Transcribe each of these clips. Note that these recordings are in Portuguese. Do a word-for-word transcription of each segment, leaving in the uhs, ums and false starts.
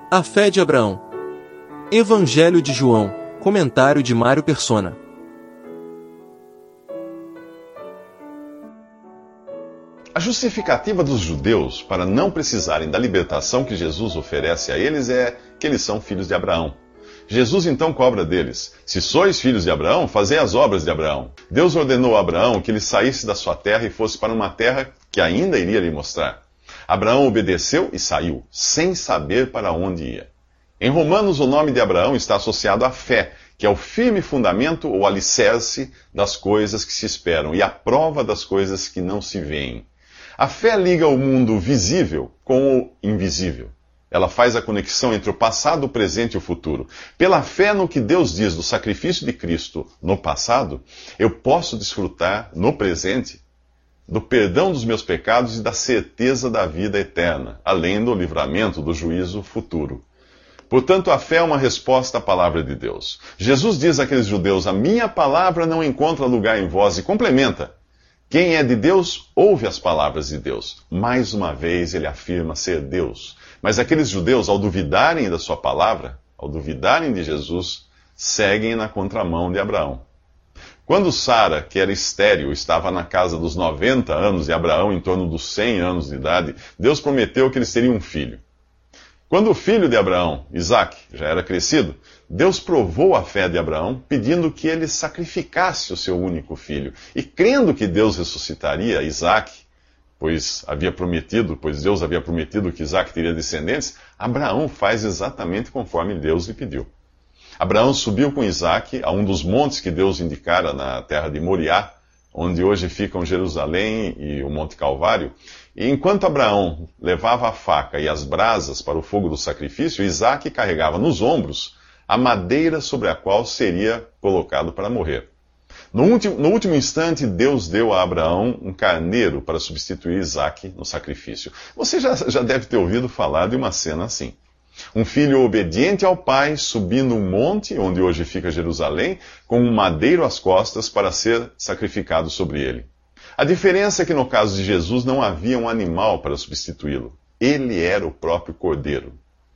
A fé de Abraão. Evangelho de João. Comentário de Mário Persona. A justificativa dos judeus para não precisarem da libertação que Jesus oferece a eles é que eles são filhos de Abraão. Jesus então cobra deles: se sois filhos de Abraão, fazei as obras de Abraão. Deus ordenou a Abraão que ele saísse da sua terra e fosse para uma terra que ainda iria lhe mostrar. Abraão obedeceu e saiu, sem saber para onde ia. Em Romanos, o nome de Abraão está associado à fé, que é o firme fundamento ou alicerce das coisas que se esperam e a prova das coisas que não se veem. A fé liga o mundo visível com o invisível. Ela faz a conexão entre o passado, o presente e o futuro. Pela fé no que Deus diz do sacrifício de Cristo no passado, eu posso desfrutar no presente do perdão dos meus pecados e da certeza da vida eterna, além do livramento do juízo futuro. Portanto, a fé é uma resposta à palavra de Deus. Jesus diz àqueles judeus: a minha palavra não encontra lugar em vós, e complementa: quem é de Deus, ouve as palavras de Deus. Mais uma vez, ele afirma ser Deus. Mas aqueles judeus, ao duvidarem da sua palavra, ao duvidarem de Jesus, seguem na contramão de Abraão. Quando Sara, que era estéril, estava na casa dos noventa anos e Abraão em torno dos cem anos de idade, Deus prometeu que eles teriam um filho. Quando o filho de Abraão, Isaque, já era crescido, Deus provou a fé de Abraão, pedindo que ele sacrificasse o seu único filho. E crendo que Deus ressuscitaria Isaque, pois havia prometido, pois Deus havia prometido que Isaque teria descendentes, Abraão faz exatamente conforme Deus lhe pediu. Abraão subiu com Isaque a um dos montes que Deus indicara na terra de Moriá, onde hoje ficam Jerusalém e o Monte Calvário. E enquanto Abraão levava a faca e as brasas para o fogo do sacrifício, Isaque carregava nos ombros a madeira sobre a qual seria colocado para morrer. No último, no último instante, Deus deu a Abraão um carneiro para substituir Isaque no sacrifício. Você já, já deve ter ouvido falar de uma cena assim. Um filho obediente ao pai, subindo um monte, onde hoje fica Jerusalém, com um madeiro às costas para ser sacrificado sobre ele. A diferença é que no caso de Jesus não havia um animal para substituí-lo. Ele era o próprio cordeiro.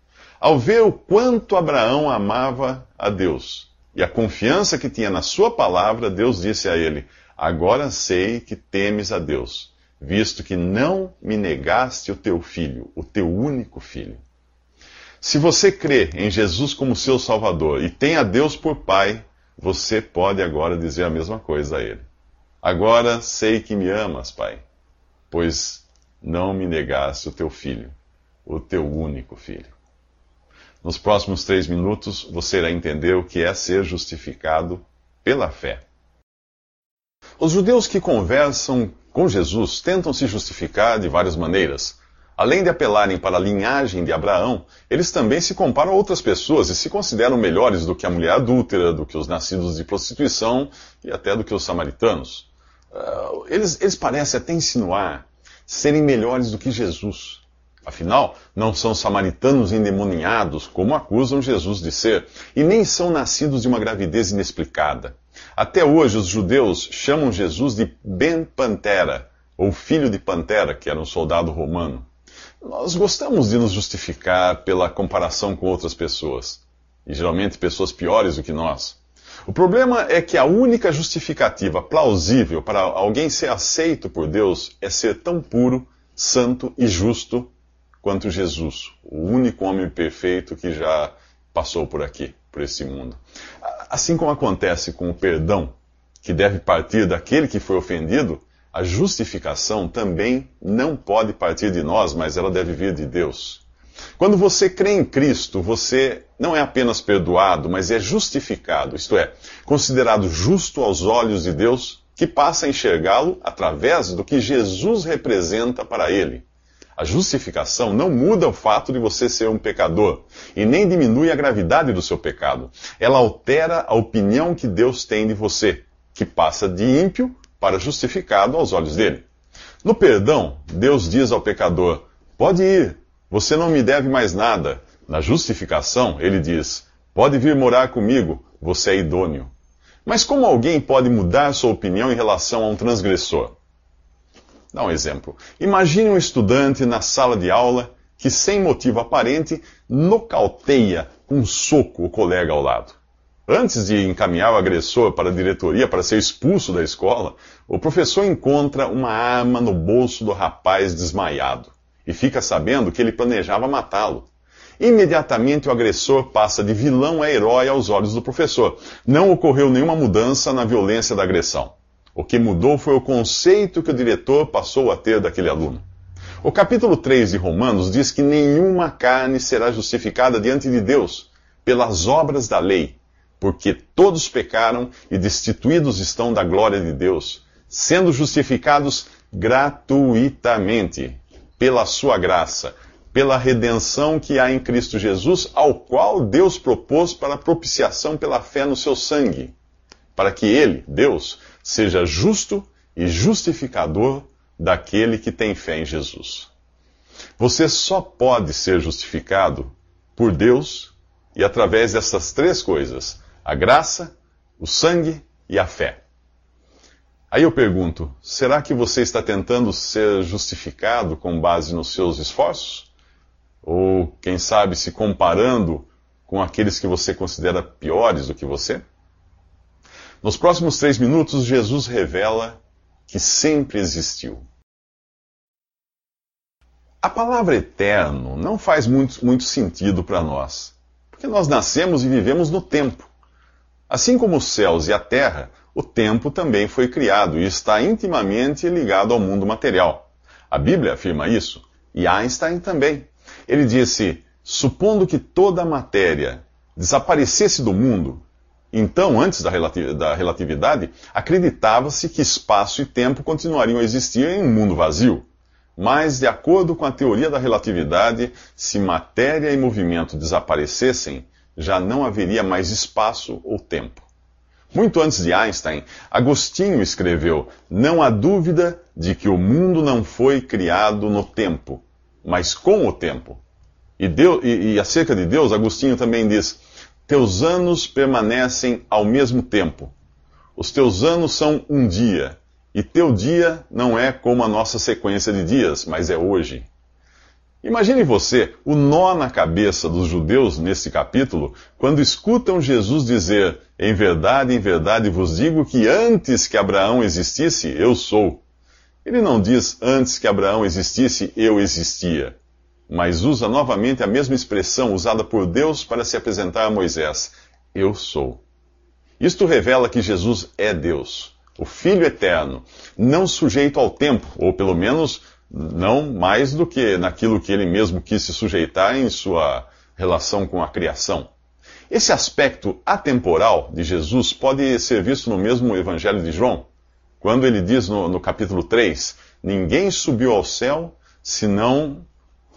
Ao ver o quanto Abraão amava a Deus e a confiança que tinha na sua palavra, Deus disse a ele: agora sei que temes a Deus, visto que não me negaste o teu filho, o teu único filho. Se você crê em Jesus como seu Salvador e tem a Deus por Pai, você pode agora dizer a mesma coisa a Ele. Agora sei que me amas, Pai, pois não me negaste o teu filho, o teu único filho. Nos próximos três minutos, você irá entender o que é ser justificado pela fé. Os judeus que conversam com Jesus tentam se justificar de várias maneiras. Além de apelarem para a linhagem de Abraão, eles também se comparam a outras pessoas e se consideram melhores do que a mulher adúltera, do que os nascidos de prostituição e até do que os samaritanos. Uh, eles, eles parecem até insinuar serem melhores do que Jesus. Afinal, não são samaritanos endemoniados, como acusam Jesus de ser, e nem são nascidos de uma gravidez inexplicada. Até hoje, os judeus chamam Jesus de Ben Pantera, ou filho de Pantera, que era um soldado romano. Nós gostamos de nos justificar pela comparação com outras pessoas, e geralmente pessoas piores do que nós. O problema é que a única justificativa plausível para alguém ser aceito por Deus é ser tão puro, santo e justo quanto Jesus, o único homem perfeito que já passou por aqui, por esse mundo. Assim como acontece com o perdão, que deve partir daquele que foi ofendido, a justificação também não pode partir de nós, mas ela deve vir de Deus. Quando você crê em Cristo, você não é apenas perdoado, mas é justificado, isto é, considerado justo aos olhos de Deus, que passa a enxergá-lo através do que Jesus representa para ele. A justificação não muda o fato de você ser um pecador, e nem diminui a gravidade do seu pecado. Ela altera a opinião que Deus tem de você, que passa de ímpio para justificado aos olhos dele. No perdão, Deus diz ao pecador: pode ir, você não me deve mais nada. Na justificação, ele diz: pode vir morar comigo, você é idôneo. Mas como alguém pode mudar sua opinião em relação a um transgressor? Dá um exemplo. Imagine um estudante na sala de aula que, sem motivo aparente, nocauteia com um soco o colega ao lado. Antes de encaminhar o agressor para a diretoria para ser expulso da escola, o professor encontra uma arma no bolso do rapaz desmaiado e fica sabendo que ele planejava matá-lo. Imediatamente o agressor passa de vilão a herói aos olhos do professor. Não ocorreu nenhuma mudança na violência da agressão. O que mudou foi o conceito que o diretor passou a ter daquele aluno. O capítulo três de Romanos diz que nenhuma carne será justificada diante de Deus pelas obras da lei, porque todos pecaram e destituídos estão da glória de Deus, sendo justificados gratuitamente pela sua graça, pela redenção que há em Cristo Jesus, ao qual Deus propôs para propiciação pela fé no seu sangue, para que ele, Deus, seja justo e justificador daquele que tem fé em Jesus. Você só pode ser justificado por Deus e através dessas três coisas: a graça, o sangue e a fé. Aí eu pergunto, será que você está tentando ser justificado com base nos seus esforços? Ou, quem sabe, se comparando com aqueles que você considera piores do que você? Nos próximos três minutos, Jesus revela que sempre existiu. A palavra eterno não faz muito, muito sentido para nós, porque nós nascemos e vivemos no tempo. Assim como os céus e a terra, o tempo também foi criado e está intimamente ligado ao mundo material. A Bíblia afirma isso, e Einstein também. Ele disse, supondo que toda a matéria desaparecesse do mundo, então, antes da relatividade, acreditava-se que espaço e tempo continuariam a existir em um mundo vazio. Mas, de acordo com a teoria da relatividade, se matéria e movimento desaparecessem, já não haveria mais espaço ou tempo. Muito antes de Einstein, Agostinho escreveu, não há dúvida de que o mundo não foi criado no tempo, mas com o tempo. E, Deus, e, e acerca de Deus, Agostinho também diz, teus anos permanecem ao mesmo tempo. Os teus anos são um dia, e teu dia não é como a nossa sequência de dias, mas é hoje. Imagine você o nó na cabeça dos judeus nesse capítulo, quando escutam Jesus dizer, em verdade, em verdade vos digo que antes que Abraão existisse, eu sou. Ele não diz, antes que Abraão existisse, eu existia, mas usa novamente a mesma expressão usada por Deus para se apresentar a Moisés, eu sou. Isto revela que Jesus é Deus, o Filho eterno, não sujeito ao tempo, ou pelo menos não mais do que naquilo que ele mesmo quis se sujeitar em sua relação com a criação. Esse aspecto atemporal de Jesus pode ser visto no mesmo Evangelho de João, quando ele diz no, no capítulo três, ninguém subiu ao céu, senão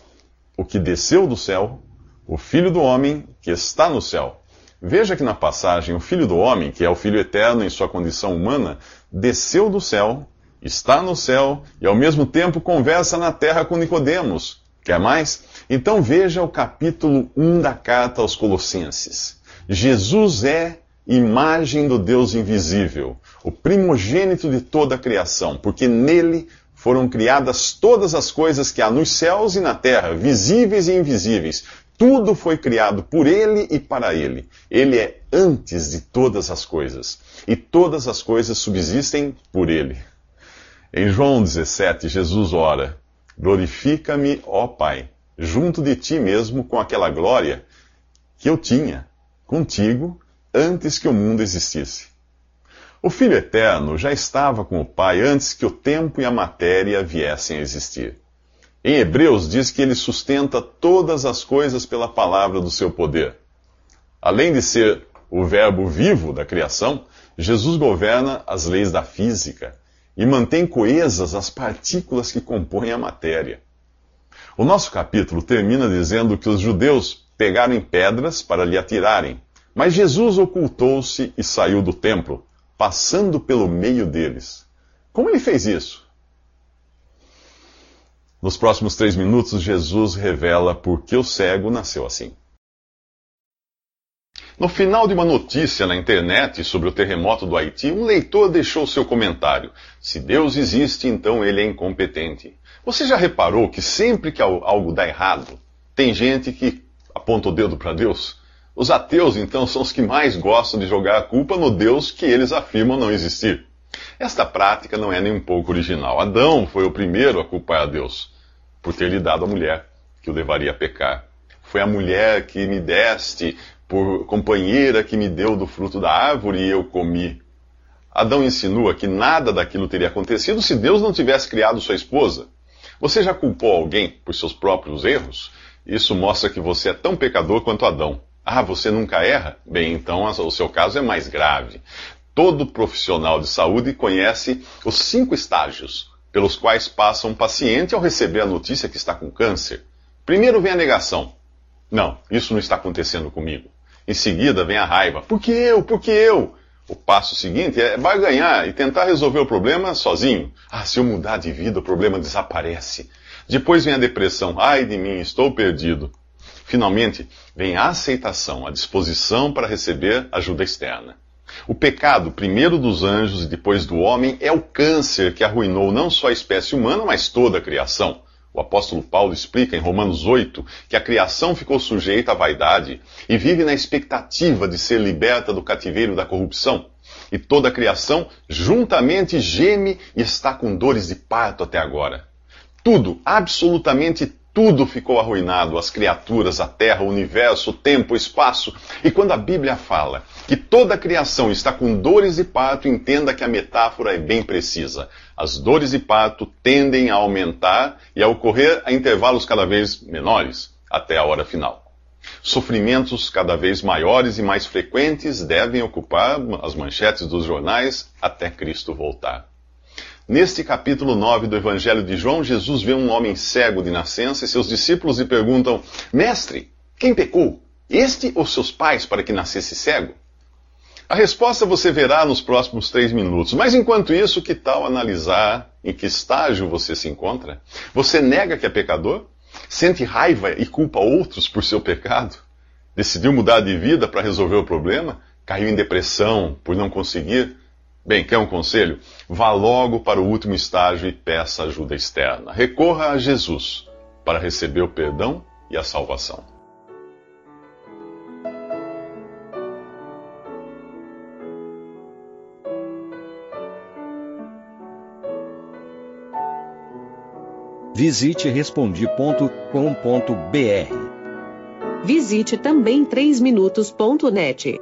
o que desceu do céu, o Filho do Homem que está no céu. Veja que na passagem, o Filho do Homem, que é o Filho eterno em sua condição humana, desceu do céu, está no céu e ao mesmo tempo conversa na terra com Nicodemos. Quer mais? Então veja o capítulo um da carta aos Colossenses. Jesus é imagem do Deus invisível, o primogênito de toda a criação, porque nele foram criadas todas as coisas que há nos céus e na terra, visíveis e invisíveis. Tudo foi criado por ele e para ele. Ele é antes de todas as coisas, e todas as coisas subsistem por ele. Em João dezessete, Jesus ora, glorifica-me, ó Pai, junto de ti mesmo com aquela glória que eu tinha contigo antes que o mundo existisse. O Filho Eterno já estava com o Pai antes que o tempo e a matéria viessem a existir. Em Hebreus diz que ele sustenta todas as coisas pela palavra do seu poder. Além de ser o verbo vivo da criação, Jesus governa as leis da física e mantém coesas as partículas que compõem a matéria. O nosso capítulo termina dizendo que os judeus pegaram em pedras para lhe atirarem, mas Jesus ocultou-se e saiu do templo, passando pelo meio deles. Como ele fez isso? Nos próximos três minutos, Jesus revela por que o cego nasceu assim. No final de uma notícia na internet sobre o terremoto do Haiti, um leitor deixou seu comentário. Se Deus existe, então ele é incompetente. Você já reparou que sempre que algo dá errado, tem gente que aponta o dedo para Deus? Os ateus, então, são os que mais gostam de jogar a culpa no Deus que eles afirmam não existir. Esta prática não é nem um pouco original. Adão foi o primeiro a culpar a Deus por ter lhe dado a mulher que o levaria a pecar. Foi a mulher que me deste por companheira que me deu do fruto da árvore e eu comi. Adão insinua que nada daquilo teria acontecido se Deus não tivesse criado sua esposa. Você já culpou alguém por seus próprios erros? Isso mostra que você é tão pecador quanto Adão. Ah, você nunca erra? Bem, então o seu caso é mais grave. Todo profissional de saúde conhece os cinco estágios pelos quais passa um paciente ao receber a notícia que está com câncer. Primeiro vem a negação. Não, isso não está acontecendo comigo. Em seguida vem a raiva. Por que eu? Por que eu? O passo seguinte é barganhar e tentar resolver o problema sozinho. Ah, se eu mudar de vida, o problema desaparece. Depois vem a depressão. Ai de mim, estou perdido. Finalmente, vem a aceitação, a disposição para receber ajuda externa. O pecado, primeiro dos anjos e depois do homem, é o câncer que arruinou não só a espécie humana, mas toda a criação. O apóstolo Paulo explica em Romanos oito que a criação ficou sujeita à vaidade e vive na expectativa de ser liberta do cativeiro da corrupção. E toda a criação juntamente geme e está com dores de parto até agora. Tudo, absolutamente tudo ficou arruinado, as criaturas, a terra, o universo, o tempo, o espaço. E quando a Bíblia fala que toda a criação está com dores de parto, entenda que a metáfora é bem precisa. As dores de parto tendem a aumentar e a ocorrer a intervalos cada vez menores, até a hora final. Sofrimentos cada vez maiores e mais frequentes devem ocupar as manchetes dos jornais até Cristo voltar. Neste capítulo nove do Evangelho de João, Jesus vê um homem cego de nascença e seus discípulos lhe perguntam: Mestre, quem pecou? Este ou seus pais para que nascesse cego? A resposta você verá nos próximos três minutos. Mas enquanto isso, que tal analisar em que estágio você se encontra? Você nega que é pecador? Sente raiva e culpa outros por seu pecado? Decidiu mudar de vida para resolver o problema? Caiu em depressão por não conseguir? Bem, quer um conselho? Vá logo para o último estágio e peça ajuda externa. Recorra a Jesus para receber o perdão e a salvação. Visite respondi ponto com ponto br. Visite também três minutos ponto net.